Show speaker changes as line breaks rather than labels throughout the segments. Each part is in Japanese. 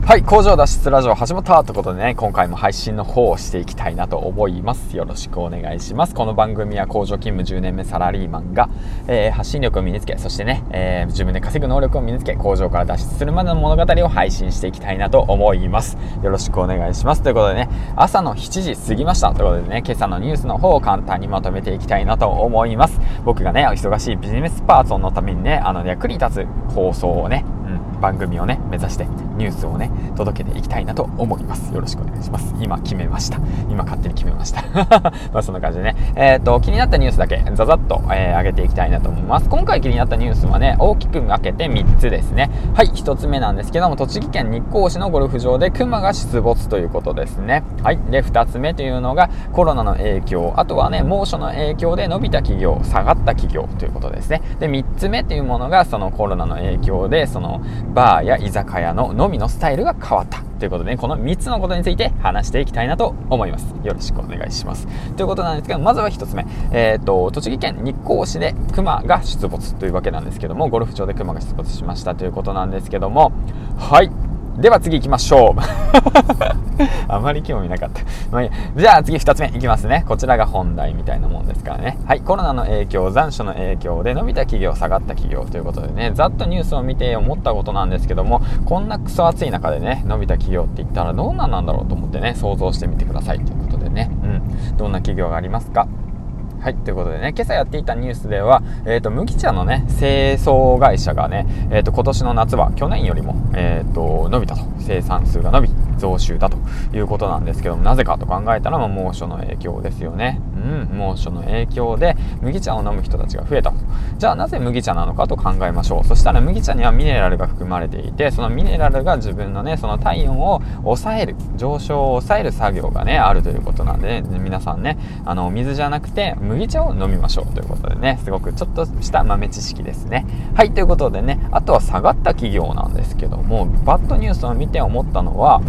はい、工場脱出ラジオ始まったということでね、今回も配信の方をしていきたいなと思います。よろしくお願いします。この番組は工場勤務10年目サラリーマンが、発信力を身につけ、そしてね、自分で稼ぐ能力を身につけ、工場から脱出するまでの物語を配信していきたいなと思います。よろしくお願いします。ということでね、朝の7時過ぎましたということでね、今朝のニュースの方を簡単にまとめていきたいなと思います。僕がね、忙しいビジネスパーソンのためにね、役に立つ放送をね、番組をね目指してニュースをね届けていきたいなと思います。よろしくお願いします。今勝手に決めましたまあそんな感じでね、気になったニュースだけざざっと、上げていきたいなと思います。今回気になったニュースはね大きく分けて3つですね。はい、1つ目なんですけども、栃木県日光市のゴルフ場でクマが出没ということですね。はい、で2つ目というのがコロナの影響、あとはね猛暑の影響で伸びた企業、下がった企業ということですね。で3つ目というものがそのコロナの影響でそのバーや居酒屋の飲みのスタイルが変わったということで、ね、この3つのことについて話していきたいなと思います。よろしくお願いします。ということなんですけど、まずは1つ目、栃木県日光市でクマが出没というわけなんですけども、ゴルフ場でクマが出没しましたということなんですけども、はい、では次行きましょうあまり興味なかったまあいいや。じゃあ次2つ目いきますね。こちらが本題みたいなもんですからね。はい、コロナの影響、残暑の影響で伸びた企業、下がった企業ということでね、ざっとニュースを見て思ったことなんですけども、こんなクソ暑い中でね伸びた企業って言ったらどんなんなんだろうと思ってね想像してみてくださいということでね、どんな企業がありますか。はい、ということでね、今朝やっていたニュースでは、麦茶のね製造会社がね、今年の夏は去年よりも、伸びたと、生産数が伸び増収だということなんですけども、なぜかと考えたら、猛暑の影響ですよね。猛暑の影響で麦茶を飲む人たちが増えたと。じゃあなぜ麦茶なのかと考えましょう。そしたら麦茶にはミネラルが含まれていて、そのミネラルが自分のねその体温を抑える、上昇を抑える作業がねあるということなんで、皆さんねお水じゃなくて麦茶を飲みましょうということでね、すごくちょっとした豆知識ですね。はい、ということでね、あとは下がった企業なんですけども、バッドニュースを見て思ったのは、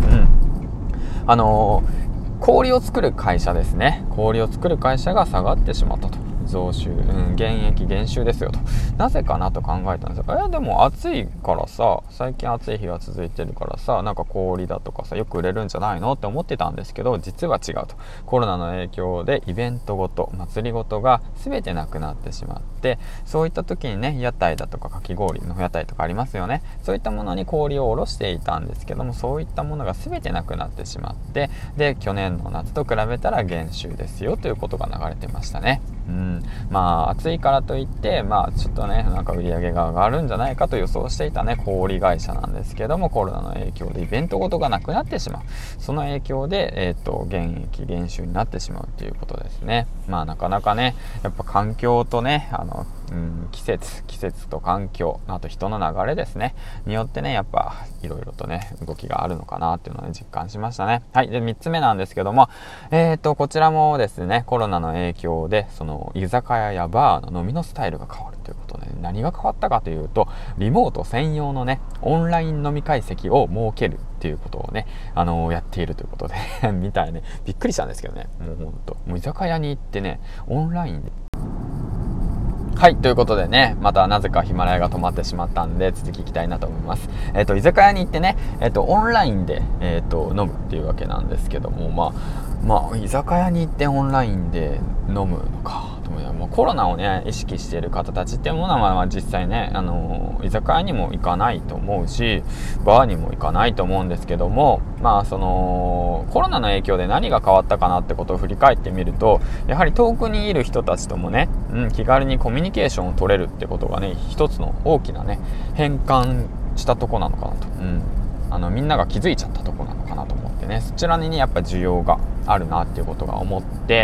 氷を作る会社ですね。氷を作る会社が下がってしまったと。増収、減収ですよと。なぜかなと考えたんですよ。でも暑いからさ、最近暑い日が続いてるからさ、なんか氷だとかさよく売れるんじゃないのって思ってたんですけど、実は違うと。コロナの影響でイベントごと、祭りごとが全てなくなってしまって、そういった時にね屋台だとかかき氷の屋台とかありますよね。そういったものに氷を卸していたんですけども、そういったものが全てなくなってしまって、で去年の夏と比べたら減収ですよということが流れてましたね。暑いからといって、ちょっとねなんか売り上げが上がるんじゃないかと予想していたね氷会社なんですけども、コロナの影響でイベントごとがなくなってしまう。その影響で、減収になってしまうということですね。なかなかねやっぱ環境とね季節と環境、あと人の流れですねによってねやっぱいろいろとね動きがあるのかなっていうのを、ね、実感しましたね。はい、で3つ目なんですけども、こちらもですねコロナの影響でその居酒屋やバーの飲みのスタイルが変わるということで、何が変わったかというと、リモート専用のねオンライン飲み会席を設けるっていうことをねやっているということでみたいね、びっくりしたんですけどね。もう居酒屋に行ってねオンラインで、はい、ということでね、またなぜかヒマラヤが止まってしまったんで続きいきたいなと思います。居酒屋に行ってね、オンラインで、飲むっていうわけなんですけども、居酒屋に行ってオンラインで飲むのかと思う。もうコロナをね意識している方たちっていうものは実際ね居酒屋にも行かないと思うし、バーにも行かないと思うんですけども、そのコロナの影響で何が変わったかなってことを振り返ってみると、やはり遠くにいる人たちともね、気軽にコミュニケーションを取れるってことがね一つの大きなね変換したとこなのかなと、みんなが気づいちゃったとこなのかなと思ってね、そちらにねやっぱ需要があるなっていうことが思って、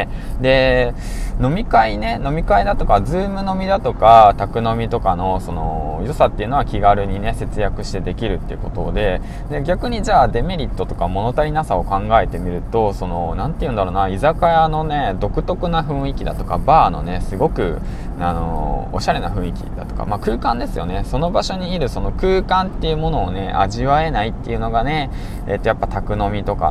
で飲み会だとかズーム飲みだとか宅飲みとかのその良さっていうのは気軽にね節約してできるっていうことで、逆にじゃあデメリットとか物足りなさを考えてみると、そのなんていうんだろうな、居酒屋のね独特な雰囲気だとかバーのねすごくおしゃれな雰囲気だとか、空間ですよね。その場所にいるその空間っていうものをね味わえないっていうのがね、やっぱ宅飲みとかの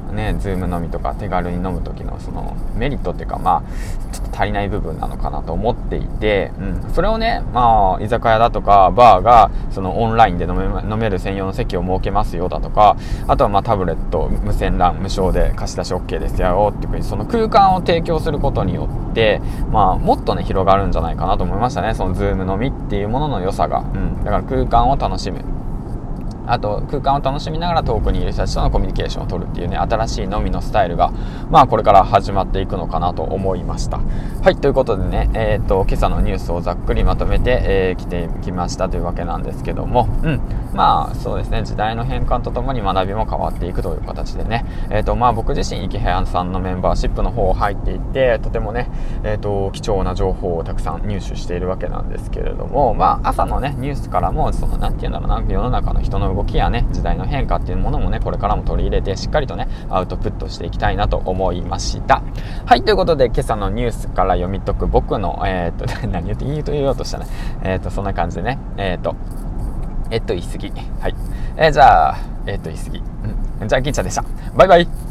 ね、ズーム飲みとか手軽に飲む時のそのメリットっていうか、ちょっと足りない部分なのかなと思っていて、それをね、居酒屋だとかバーがそのオンラインで飲める専用の席を設けますよだとか、あとはタブレット無線 LAN 無償で貸し出し OK ですよっていうふうにその空間を提供することによって、もっとね広がるんじゃないかなと思いましたね。そのズーム飲みっていうものの良さが、だから空間を楽しむ、あと空間を楽しみながら遠くにいる人たちとのコミュニケーションを取るっていうね、新しい飲みのスタイルがこれから始まっていくのかなと思いました。はい、ということでね、今朝のニュースをざっくりまとめて、来てきましたというわけなんですけども、そうですね、時代の変換とともに学びも変わっていくという形でね、僕自身池早さんのメンバーシップの方入っていて、とてもね、貴重な情報をたくさん入手しているわけなんですけれども、朝のねニュースからもそのなんていうんだろうな、世の中の人の動きやね、時代の変化っていうものもねこれからも取り入れてしっかりとねアウトプットしていきたいなと思いました。はい、ということで今朝のニュースから読み解く僕の何言おうとしたね、そんな感じでね言い過ぎ、はい、じゃあ言い過ぎ、じゃあ銀ちゃんでした。バイバイ。